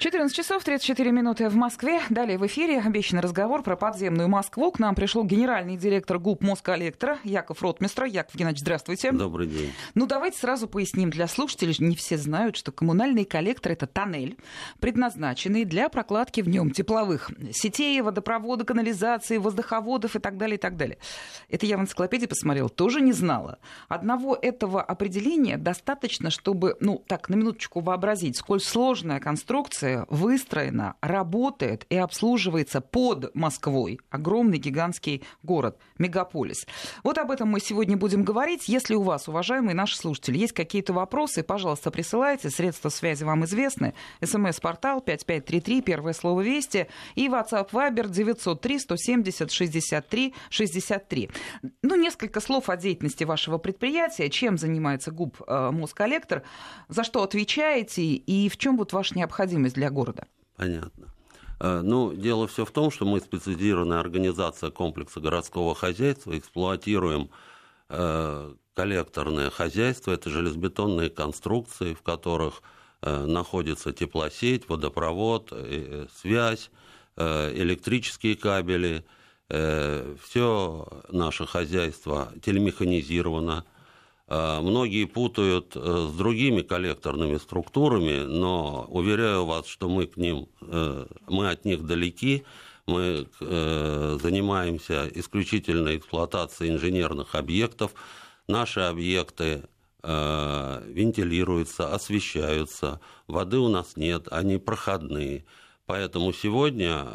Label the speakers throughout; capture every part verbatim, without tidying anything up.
Speaker 1: четырнадцать часов тридцать четыре минуты в Москве. Далее в эфире обещанный разговор про подземную Москву. К нам пришел генеральный директор ГУП Москоллектора Яков Ротмистр. Яков Геннадьевич, здравствуйте.
Speaker 2: Добрый день.
Speaker 1: Ну, давайте сразу поясним для слушателей. Не все знают, что коммунальный коллектор — это тоннель, предназначенный для прокладки в нем тепловых сетей, водопровода, канализации, воздуховодов и так далее, и так далее. Это я в энциклопедии посмотрела, тоже не знала. Одного этого определения достаточно, чтобы, ну, так, на минуточку вообразить, сколь сложная конструкция выстроена, работает и обслуживается под Москвой. Огромный гигантский город, мегаполис. Вот об этом мы сегодня будем говорить. Если у вас, уважаемые наши слушатели, есть какие-то вопросы, пожалуйста, присылайте. Средства связи вам известны. СМС-портал пять пять три три, первое слово «Вести». И WhatsApp Viber девятьсот три сто семьдесят шестьдесят три шестьдесят три. Ну, несколько слов о деятельности вашего предприятия. Чем занимается ГУП Москоллектор? За что отвечаете? И в чем вот ваша необходимость для города?
Speaker 2: Понятно. Ну, дело все в том, что мы специализированная организация комплекса городского хозяйства, эксплуатируем э, коллекторное хозяйство, это железобетонные конструкции, в которых э, находится теплосеть, водопровод, э, связь, э, электрические кабели. Э, все наше хозяйство телемеханизировано. Многие путают с другими коллекторными структурами, но уверяю вас, что мы к ним, мы от них далеки. Мы занимаемся исключительно эксплуатацией инженерных объектов. Наши объекты вентилируются, освещаются, воды у нас нет, они проходные. Поэтому сегодня,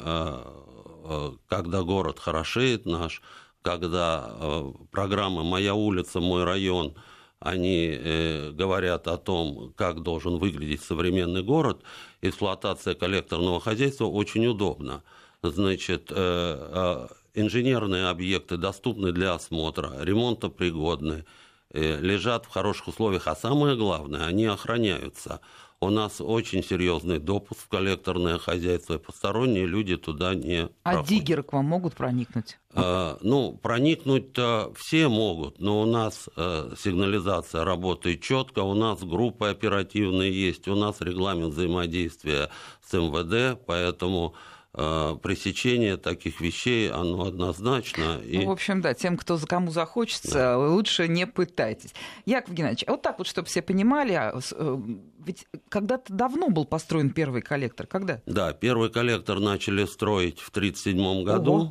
Speaker 2: когда город хорошеет наш, когда э, программы «Моя улица, мой район», они э, говорят о том, как должен выглядеть современный город, эксплуатация коллекторного хозяйства очень удобна. Значит, э, э, инженерные объекты доступны для осмотра, ремонтопригодны, э, лежат в хороших условиях, а самое главное, они охраняются. У нас очень серьезный допуск в коллекторное хозяйство, и посторонние люди туда не
Speaker 1: а
Speaker 2: проходят. А
Speaker 1: диггеры к вам могут проникнуть?
Speaker 2: А, ну, проникнуть-то все могут, но у нас э, сигнализация работает четко, у нас группы оперативные есть, у нас регламент взаимодействия с эм вэ дэ, поэтому э, пресечение таких вещей, оно однозначно. И...
Speaker 1: Ну, в общем, да, тем, кто, кому захочется, да, лучше не пытайтесь. Яков Геннадьевич, вот так вот, чтобы все понимали, ведь когда-то давно был построен первый коллектор, когда? Да,
Speaker 2: первый коллектор начали строить в тридцать седьмом году. Ого.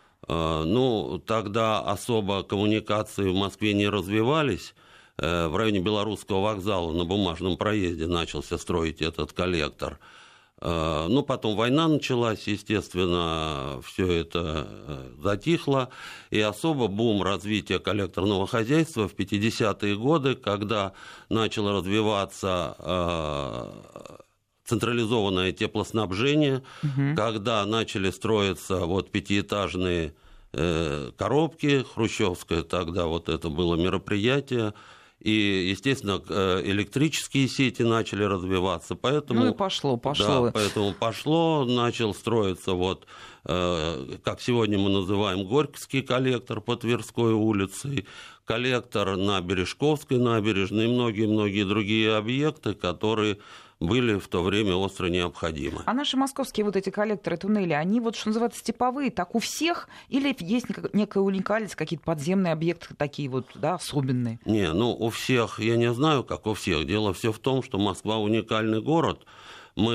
Speaker 2: Ну, тогда особо коммуникации в Москве не развивались. В районе Белорусского вокзала на Бумажном проезде начался строить этот коллектор. Ну, потом война началась, естественно, все это затихло. И особо бум развития коллекторного хозяйства в пятидесятые годы, когда начало развиваться централизованное теплоснабжение, угу. Когда начали строиться вот пятиэтажные э, коробки, хрущевское тогда вот это было мероприятие, и, естественно, электрические сети начали развиваться, поэтому...
Speaker 1: Ну и пошло, пошло.
Speaker 2: Да, поэтому пошло, начал строиться вот, э, как сегодня мы называем, Горьковский коллектор по Тверской улице, коллектор на Бережковской набережной и многие-многие другие объекты, которые были в то время остро необходимы.
Speaker 1: А наши московские вот эти коллекторы, туннели, они вот, что называется, типовые, так у всех? Или есть некая уникальность, какие-то подземные объекты такие вот, да, особенные?
Speaker 2: Не, ну у всех, я не знаю, как у всех. Дело все в том, что Москва уникальный город. Мы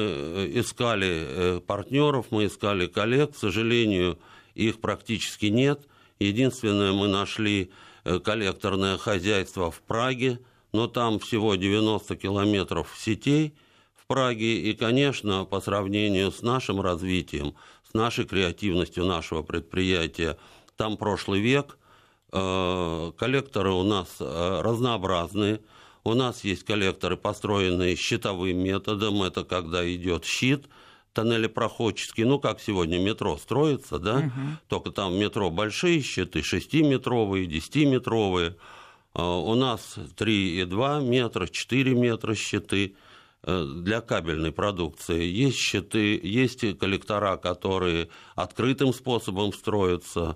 Speaker 2: искали партнеров, мы искали коллег, к сожалению, их практически нет. Единственное, мы нашли коллекторное хозяйство в Праге, но там всего девяносто километров сетей в Праге, и, конечно, по сравнению с нашим развитием, с нашей креативностью нашего предприятия, там прошлый век, коллекторы у нас разнообразные. У нас есть коллекторы, построенные щитовым методом, это когда идет щит тоннелепроходческий, ну, как сегодня метро строится, да, угу. Только там в метро большие щиты, шестиметровые, десятиметровые. У нас три и два метра, четыре метра щиты для кабельной продукции. Есть щиты, есть коллектора, которые открытым способом строятся,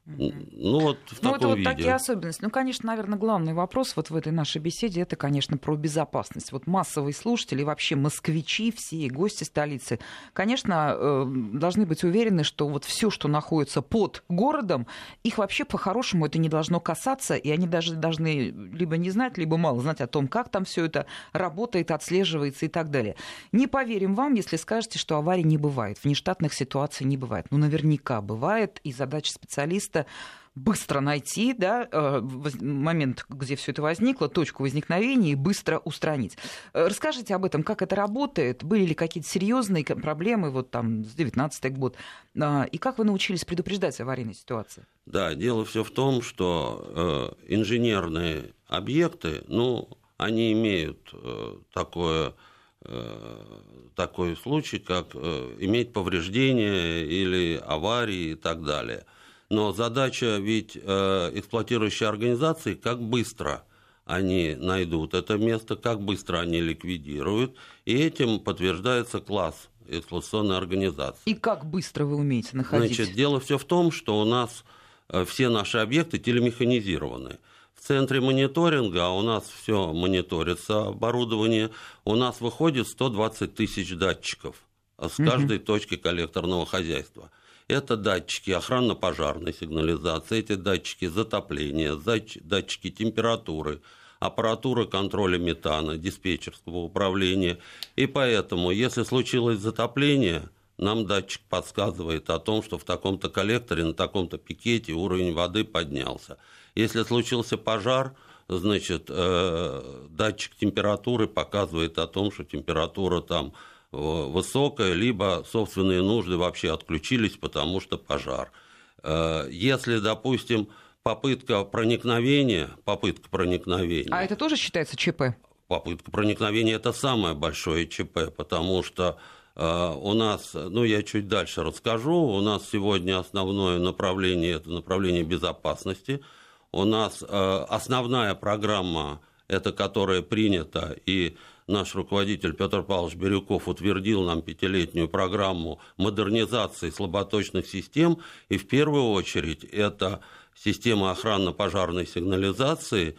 Speaker 2: Ну, вот в
Speaker 1: ну,
Speaker 2: таком
Speaker 1: это вот
Speaker 2: виде.
Speaker 1: такие особенности. Ну, конечно, наверное, главный вопрос вот в этой нашей беседе, это, конечно, про безопасность. Вот массовые слушатели, и вообще москвичи, все гости столицы, конечно, должны быть уверены, что вот все, что находится под городом, их вообще по-хорошему это не должно касаться, и они даже должны либо не знать, либо мало знать о том, как там все это работает, отслеживается и так далее. Не поверим вам, если скажете, что аварий не бывает, внештатных ситуаций не бывает. Ну, наверняка бывает, и задача специалиста быстро найти, да, момент, где все это возникло, точку возникновения и быстро устранить. Расскажите об этом, как это работает, были ли какие-то серьезные проблемы вот там с девятнадцатый год, и как вы научились предупреждать аварийные ситуации? Да,
Speaker 2: дело все в том, что э, инженерные объекты, ну, они имеют э, такое, э, такой случай, как э, иметь повреждения или аварии и так далее. Но задача ведь э, эксплуатирующей организации, как быстро они найдут это место, как быстро они ликвидируют, и этим подтверждается класс эксплуатационной организации. И как быстро вы умеете находить? Значит, дело все в том, что у нас э, все наши объекты телемеханизированы. В центре мониторинга, а у нас все мониторится оборудование, у нас выходит сто двадцать тысяч датчиков с каждой угу. точки коллекторного хозяйства. Это датчики охранно-пожарной сигнализации, эти датчики затопления, датчики температуры, аппаратура контроля метана, диспетчерского управления. И поэтому, если случилось затопление, нам датчик подсказывает о том, что в таком-то коллекторе, на таком-то пикете уровень воды поднялся. Если случился пожар, значит, датчик температуры показывает о том, что температура там высокая, либо собственные нужды вообще отключились, потому что пожар. Если, допустим, попытка проникновения, попытка проникновения... А это тоже считается ЧП? Попытка проникновения – это самое большое ЧП, потому что у нас, ну, я чуть дальше расскажу, у нас сегодня основное направление – это направление безопасности. У нас основная программа, это которая принята, и наш руководитель Петр Павлович Бирюков утвердил нам пятилетнюю программу модернизации слаботочных систем, и в первую очередь это система охранно-пожарной сигнализации,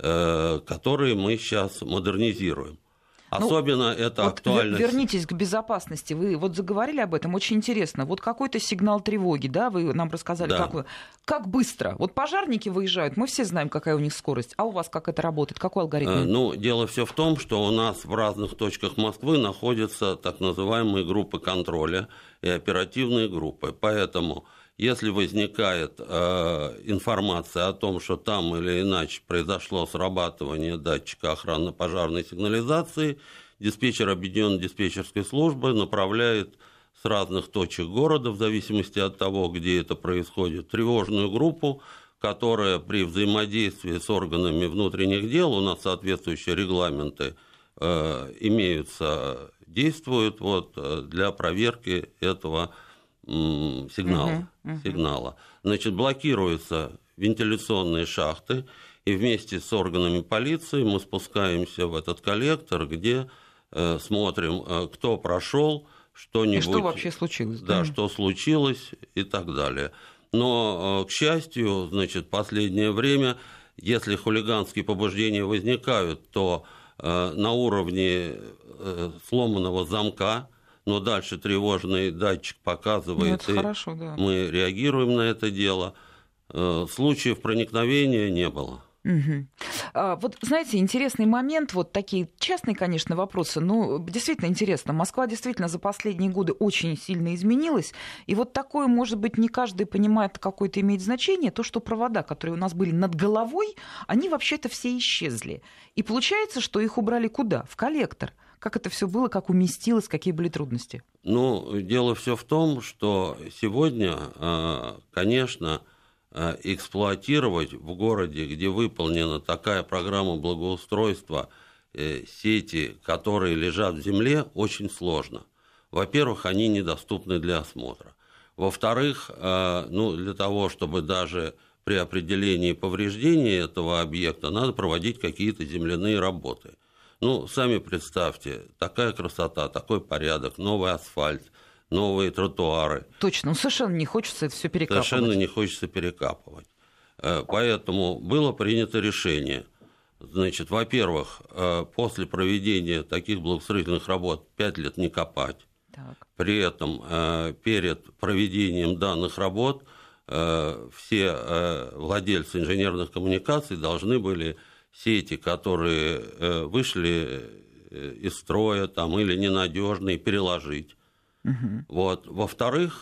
Speaker 2: которые мы сейчас модернизируем. Особенно ну, это вот актуальность. Вернитесь к безопасности. Вы вот заговорили об этом, очень интересно. Вот какой-то сигнал тревоги, да, вы нам рассказали, да. как, вы, как быстро. Вот пожарники выезжают, мы все знаем, какая у них скорость. А у вас как это работает? Какой алгоритм? Ну, дело все в том, что у нас в разных точках Москвы находятся так называемые группы контроля и оперативные группы. Поэтому, если возникает э, информация о том, что там или иначе произошло срабатывание датчика охранно-пожарной сигнализации, диспетчер объединенной диспетчерской службы направляет с разных точек города, в зависимости от того, где это происходит, тревожную группу, которая при взаимодействии с органами внутренних дел, у нас соответствующие регламенты э, имеются, действуют вот, для проверки этого сигнала, uh-huh, uh-huh. сигнала. Значит, блокируются вентиляционные шахты, и вместе с органами полиции мы спускаемся в этот коллектор, где э, смотрим, э, кто прошел, что-нибудь... И что вообще случилось. Да, да, что случилось и так далее. Но, э, к счастью, значит, в последнее время, если хулиганские побуждения возникают, то э, на уровне э, сломанного замка, но дальше тревожный датчик показывает, ну, и хорошо, да. мы реагируем на это дело. Случаев проникновения не было. Угу. А, вот, знаете, интересный момент, вот такие частные, конечно, вопросы, но действительно интересно. Москва действительно за последние годы очень сильно изменилась, и вот такое, может быть, не каждый понимает, какое-то имеет значение, то, что провода, которые у нас были над головой, они вообще-то все исчезли. И получается, что их убрали куда? В коллектор. Как это все было, как уместилось, какие были трудности? Ну, дело все в том, что сегодня, конечно, эксплуатировать в городе, где выполнена такая программа благоустройства, сети, которые лежат в земле, очень сложно. Во-первых, они недоступны для осмотра. Во-вторых, ну, для того, чтобы даже при определении повреждений этого объекта надо проводить какие-то земляные работы. Ну, сами представьте, такая красота, такой порядок, новый асфальт, новые тротуары.
Speaker 1: Точно, ну совершенно не хочется это все перекапывать.
Speaker 2: Совершенно не хочется перекапывать. Поэтому было принято решение. Значит, во-первых, после проведения таких благоустроительных работ пять лет не копать. Так. При этом перед проведением данных работ все владельцы инженерных коммуникаций должны были сети, которые вышли из строя там, или ненадежные, переложить. Угу. Вот. Во-вторых,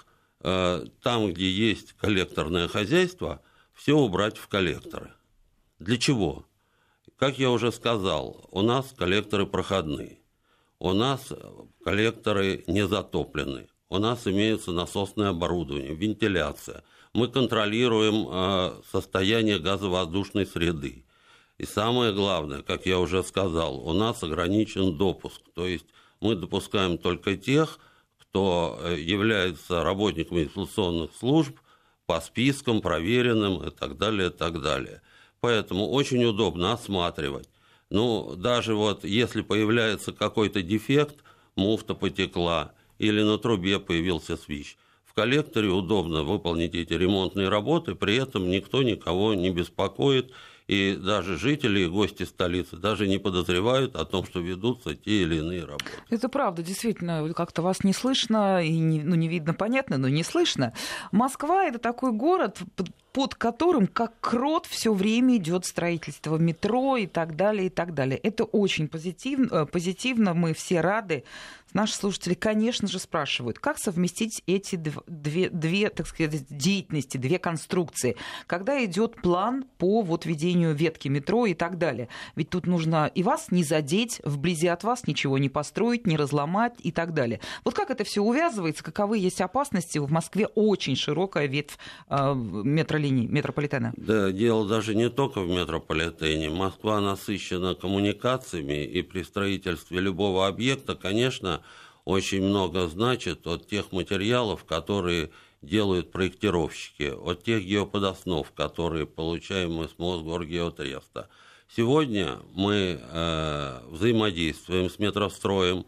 Speaker 2: там, где есть коллекторное хозяйство, все убрать в коллекторы. Для чего? Как я уже сказал, у нас коллекторы проходные, у нас коллекторы не затоплены, у нас имеется насосное оборудование, вентиляция. Мы контролируем состояние газовоздушной среды. И самое главное, как я уже сказал, у нас ограничен допуск. То есть мы допускаем только тех, кто является работниками эксплуатационных служб по спискам, проверенным и так далее, и так далее. Поэтому очень удобно осматривать. Ну, даже вот если появляется какой-то дефект, муфта потекла или на трубе появился свищ, в коллекторе удобно выполнить эти ремонтные работы, при этом никто никого не беспокоит, и даже жители и гости столицы даже не подозревают о том, что ведутся те или иные работы. Это правда, действительно, как-то вас не слышно, и не, ну, не видно, понятно, но не слышно. Москва — это такой город, под которым, как крот, все время идет строительство метро и так далее, и так далее. Это очень позитивно, позитивно, мы все рады. Наши слушатели, конечно же, спрашивают, как совместить эти две, две, так сказать, деятельности, две конструкции, когда идет план по вот ведению ветки метро и так далее. Ведь тут нужно и вас не задеть, вблизи от вас ничего не построить, не разломать и так далее. Вот как это все увязывается, каковы есть опасности? В Москве очень широкая ветвь э, метролиний, метрополитена. Да, дело даже не только в метрополитене. Москва насыщена коммуникациями, и при строительстве любого объекта, конечно, очень много значит от тех материалов, которые делают проектировщики, от тех геоподоснов, которые получаем мы с Мосгоргеотреста. Сегодня мы э, взаимодействуем с метростроем.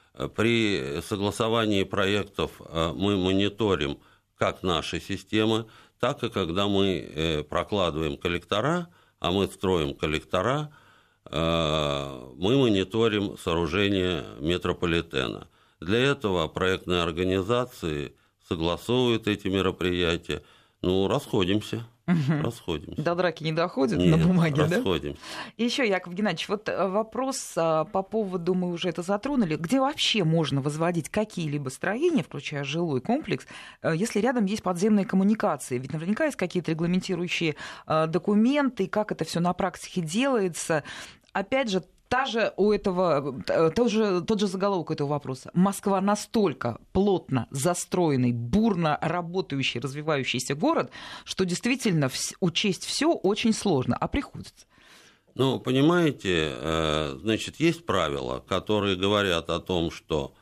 Speaker 2: При согласовании проектов э, мы мониторим как наши системы, так и когда мы э, прокладываем коллектора, а мы строим коллектора, э, мы мониторим сооружение метрополитена. Для этого проектные организации согласовывают эти мероприятия. Ну, расходимся. Угу. Расходимся. До драки не доходит. Нет, на бумаге, расходимся. Да? И еще, Яков Геннадьевич, вот вопрос по поводу, мы уже это затронули, где вообще можно возводить какие-либо строения, включая жилой комплекс, если рядом есть подземные коммуникации? Ведь наверняка есть какие-то регламентирующие документы, как это все на практике делается. Опять же, Та же у этого, тот же, тот же заголовок этого вопроса. Москва настолько плотно застроенный, бурно работающий, развивающийся город, что действительно учесть все очень сложно, а приходится. Ну, понимаете, значит, есть правила, которые говорят о том, что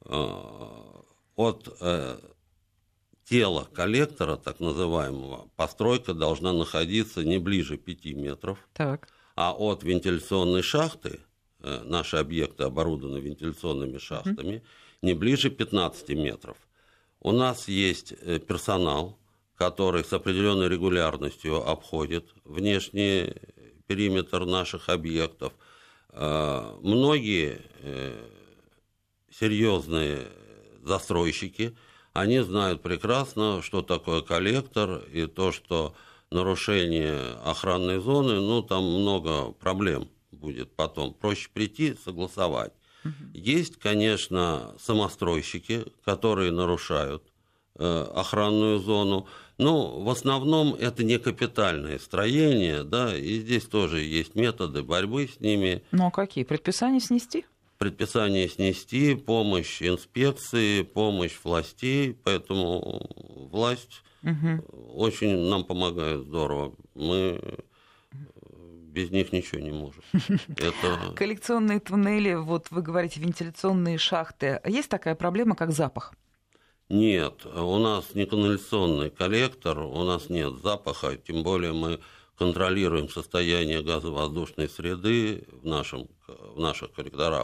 Speaker 2: от тела коллектора, так называемого, постройка должна находиться не ближе пяти метров. Так. А от вентиляционной шахты, наши объекты оборудованы вентиляционными шахтами, mm-hmm. не ближе пятнадцати метров. У нас есть персонал, который с определенной регулярностью обходит внешний периметр наших объектов. Многие серьезные застройщики, они знают прекрасно, что такое коллектор, и то, что нарушение охранной зоны, ну, там много проблем будет потом. Проще прийти, согласовать. Uh-huh. Есть, конечно, самостройщики, которые нарушают э, охранную зону. Но в основном это не капитальные строения, да, и здесь тоже есть методы борьбы с ними. Ну, а какие? Предписание снести? Предписание снести, помощь инспекции, помощь властей, поэтому власть угу. очень нам помогает здорово. Мы без них ничего не можем. Это... Коллекционные туннели, вот вы говорите, вентиляционные шахты. Есть такая проблема, как запах? Нет, у нас не канализационный коллектор, у нас нет запаха, тем более мы контролируем состояние газовоздушной среды в, нашем, в наших коллекторах.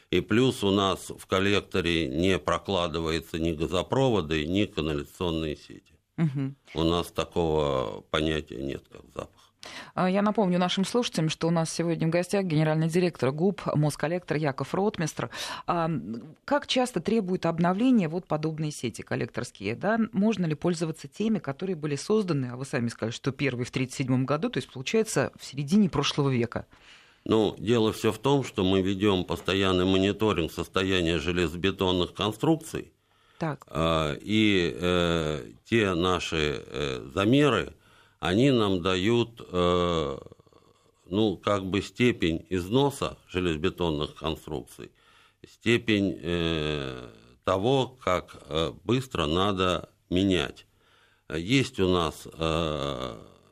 Speaker 2: И плюс у нас в коллекторе не прокладывается ни газопроводы, ни канализационные сети. Угу. У нас такого понятия нет, как запах.
Speaker 1: Я напомню нашим слушателям, что у нас сегодня в гостях генеральный директор ГУП «Москоллектор» Яков Ротмистр. Как часто требуют обновления вот подобные сети коллекторские? Да? Можно ли пользоваться теми, которые были созданы, а вы сами сказали, что первый в тридцать седьмом году, то есть, получается, в середине прошлого века?
Speaker 2: Ну, дело все в том, что мы ведем постоянный мониторинг состояния железобетонных конструкций. Так. И э, те наши э, замеры, они нам дают, э, ну, как бы степень износа железобетонных конструкций, степень э, того, как э, быстро надо менять. Есть у нас э,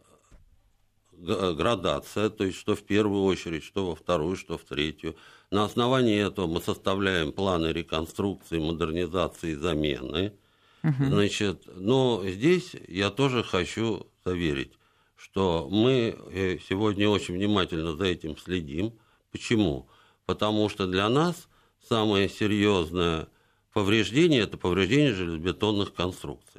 Speaker 2: градация, то есть что в первую очередь, что во вторую, что в третью. На основании этого мы составляем планы реконструкции, модернизации и замены. Угу. Значит, но здесь я тоже хочу заверить, что мы сегодня очень внимательно за этим следим. Почему? Потому что для нас самое серьезное повреждение – это повреждение железобетонных конструкций.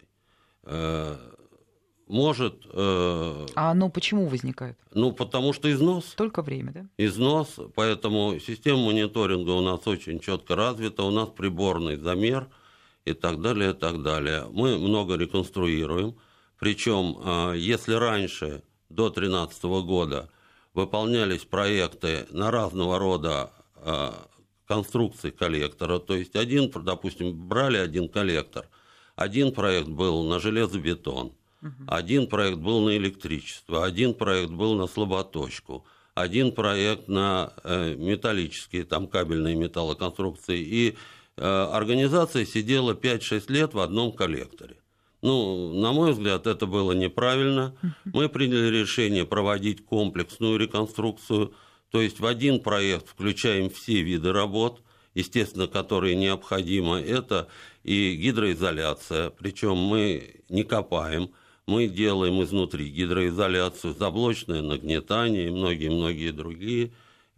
Speaker 2: Может... А
Speaker 1: оно почему возникает?
Speaker 2: Ну, потому что износ.
Speaker 1: Только время, да?
Speaker 2: Износ, поэтому система мониторинга у нас очень четко развита, у нас приборный замер и так далее, и так далее. Мы много реконструируем, причем, если раньше, до две тысячи тринадцатого года, выполнялись проекты на разного рода конструкции коллектора, то есть один, допустим, брали один коллектор, один проект был на железобетон, один проект был на электричество, один проект был на слаботочку, один проект на металлические, там, кабельные металлоконструкции. И организация сидела пять-шесть лет в одном коллекторе. Ну, на мой взгляд, это было неправильно. Мы приняли решение проводить комплексную реконструкцию, то есть в один проект включаем все виды работ, естественно, которые необходимы. Это и гидроизоляция, причем мы не копаем. Мы делаем изнутри гидроизоляцию, заблочное нагнетание и многие-многие другие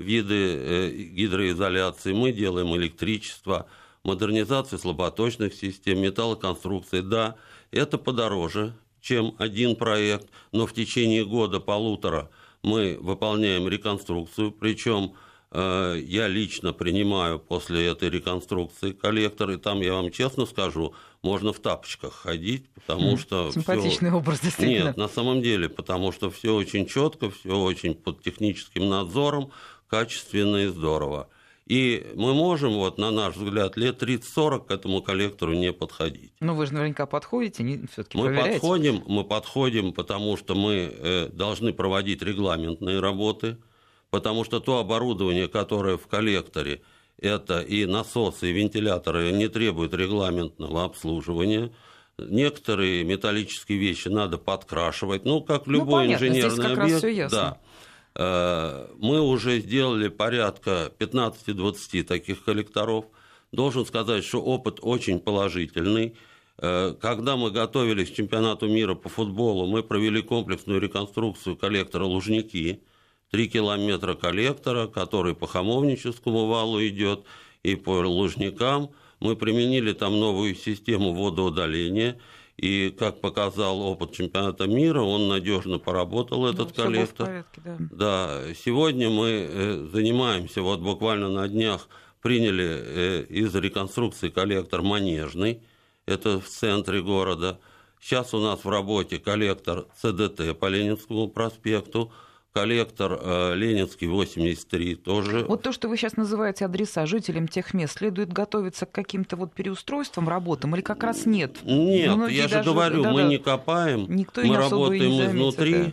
Speaker 2: виды гидроизоляции. Мы делаем электричество, модернизацию слаботочных систем, металлоконструкции. Да, это подороже, чем один проект, но в течение года-полутора мы выполняем реконструкцию, причем э, я лично принимаю после этой реконструкции коллектор, и там, я вам честно скажу, можно в тапочках ходить, потому mm, что...
Speaker 1: Симпатичный
Speaker 2: всё...
Speaker 1: образ, действительно.
Speaker 2: Нет, на самом деле, потому что все очень четко, все очень под техническим надзором, качественно и здорово. И мы можем, вот, на наш взгляд, лет тридцать-сорок к этому коллектору не подходить.
Speaker 1: Ну, вы же наверняка подходите, не, все-таки
Speaker 2: мы
Speaker 1: проверяете.
Speaker 2: подходим, мы подходим, потому что мы э, должны проводить регламентные работы, потому что то оборудование, которое в коллекторе, это и насосы, и вентиляторы, не требуют регламентного обслуживания. Некоторые металлические вещи надо подкрашивать, ну, как любой ну, инженерный здесь как объект. Раз всё ясно. Да. Мы уже сделали порядка пятнадцать-двадцать таких коллекторов. Должен сказать, что опыт очень положительный. Когда мы готовились к чемпионату мира по футболу, мы провели комплексную реконструкцию коллектора «Лужники». Три километра коллектора, который по Хамовническому валу идет и по Лужникам. Мы применили там новую систему водоудаления. И, как показал опыт чемпионата мира, он надежно поработал, этот ну, коллектор. В порядке, да. Да, сегодня мы занимаемся, вот буквально на днях приняли из реконструкции коллектор Манежный, это в центре города. Сейчас у нас в работе коллектор ЦДТ по Ленинскому проспекту, коллектор э, Ленинский восемьдесят три тоже.
Speaker 1: Вот то, что вы сейчас называете адреса жителям тех мест, следует готовиться к каким-то вот переустройствам, работам, или как раз нет?
Speaker 2: Нет, многие я же даже, говорю, да, мы да, не копаем, никто мы работаем не изнутри. Да.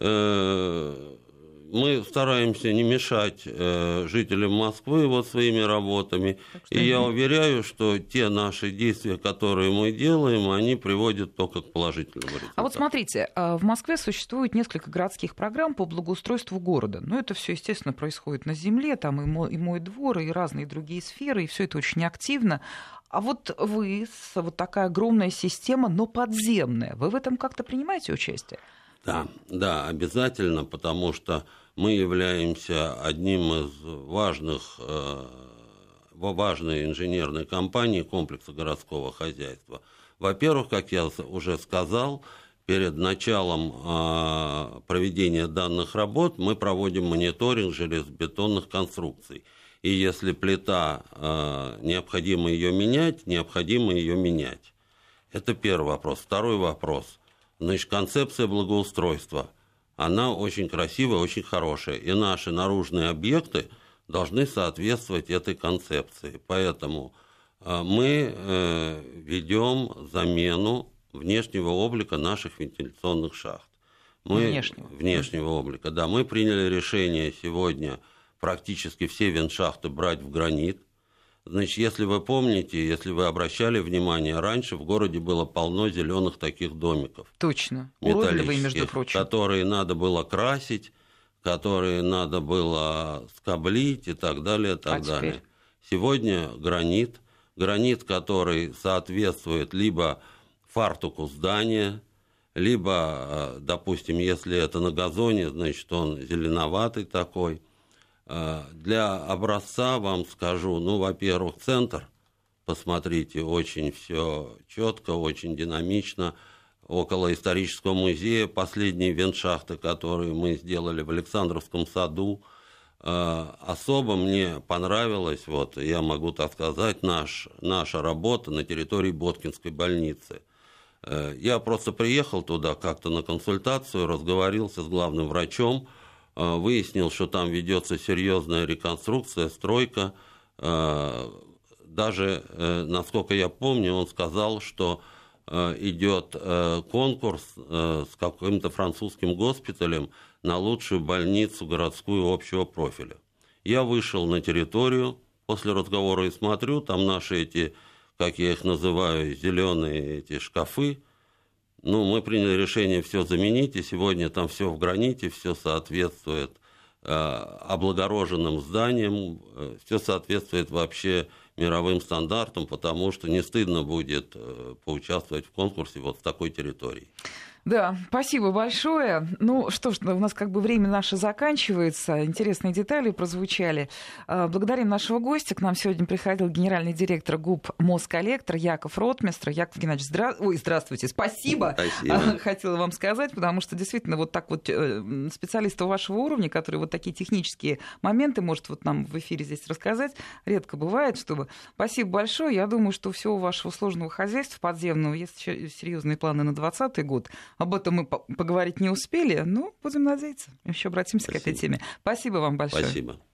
Speaker 2: Э, мы стараемся не мешать э, жителям Москвы вот своими работами. И я уверяю, что те наши действия, которые мы делаем, они приводят только к положительному результату.
Speaker 1: А вот смотрите, в Москве существует несколько городских программ по благоустройству города. Но это все, естественно, происходит на земле, там и мой, и мой двор, и разные другие сферы, и все это очень активно. А вот вы, вот такая огромная система, но подземная, вы в этом как-то принимаете участие?
Speaker 2: Да, да, обязательно, потому что мы являемся одним из важных, важной инженерной компании комплекса городского хозяйства. Во-первых, как я уже сказал, перед началом э, проведения данных работ мы проводим мониторинг железобетонных конструкций. И если плита, э, необходимо ее менять, необходимо ее менять. Это первый вопрос. Второй вопрос. Значит, концепция благоустройства. Она очень красивая, очень хорошая. И наши наружные объекты должны соответствовать этой концепции. Поэтому э, мы э, ведем замену внешнего облика наших вентиляционных шахт. Мы,
Speaker 1: внешнего.
Speaker 2: Внешнего облика, да. Мы приняли решение сегодня практически все вентшахты брать в гранит. Значит, если вы помните, если вы обращали внимание, раньше в городе было полно зеленых таких домиков.
Speaker 1: Точно. Уродливые, между прочим.
Speaker 2: Которые надо было красить, которые надо было скоблить и так далее, и так а далее. Теперь? Сегодня гранит. Гранит, который соответствует либо фартуку здания, либо, допустим, если это на газоне, значит, он зеленоватый такой. Для образца вам скажу, ну, во-первых, центр, посмотрите, очень все четко, очень динамично. Около исторического музея последние вентшахты, которые мы сделали в Александровском саду, особо мне понравилась, вот, я могу так сказать, наш, наша работа на территории Боткинской больницы. Я просто приехал туда как-то на консультацию, разговорился с главным врачом, выяснил, что там ведется серьезная реконструкция, стройка. Даже, насколько я помню, он сказал, что идет конкурс с каким-то французским госпиталем на лучшую больницу городскую общего профиля. Я вышел на территорию после разговора и смотрю, там наши эти, как я их называю, зеленые эти шкафы. Ну, мы приняли решение все заменить, и сегодня там все в граните, все соответствует э, облагороженным зданиям, э, все соответствует вообще мировым стандартам, потому что не стыдно будет э, поучаствовать в конкурсе вот в такой территории.
Speaker 1: Да, спасибо большое. Ну что ж, у нас как бы время наше заканчивается. Интересные детали прозвучали. Благодарим нашего гостя. К нам сегодня приходил генеральный директор ГУП «Москоллектор» Яков Ротмистр. Яков Геннадьевич, здра... Ой, здравствуйте, спасибо. Спасибо. Хотела вам сказать, потому что действительно вот так вот специалисты вашего уровня, которые вот такие технические моменты может вот нам в эфире здесь рассказать, редко бывает, чтобы... Спасибо большое. Я думаю, что все у вашего сложного хозяйства подземного есть серьезные планы на двадцатый год. Об этом мы поговорить не успели, но будем надеяться. Еще обратимся Спасибо. К этой теме. Спасибо вам большое.
Speaker 2: Спасибо.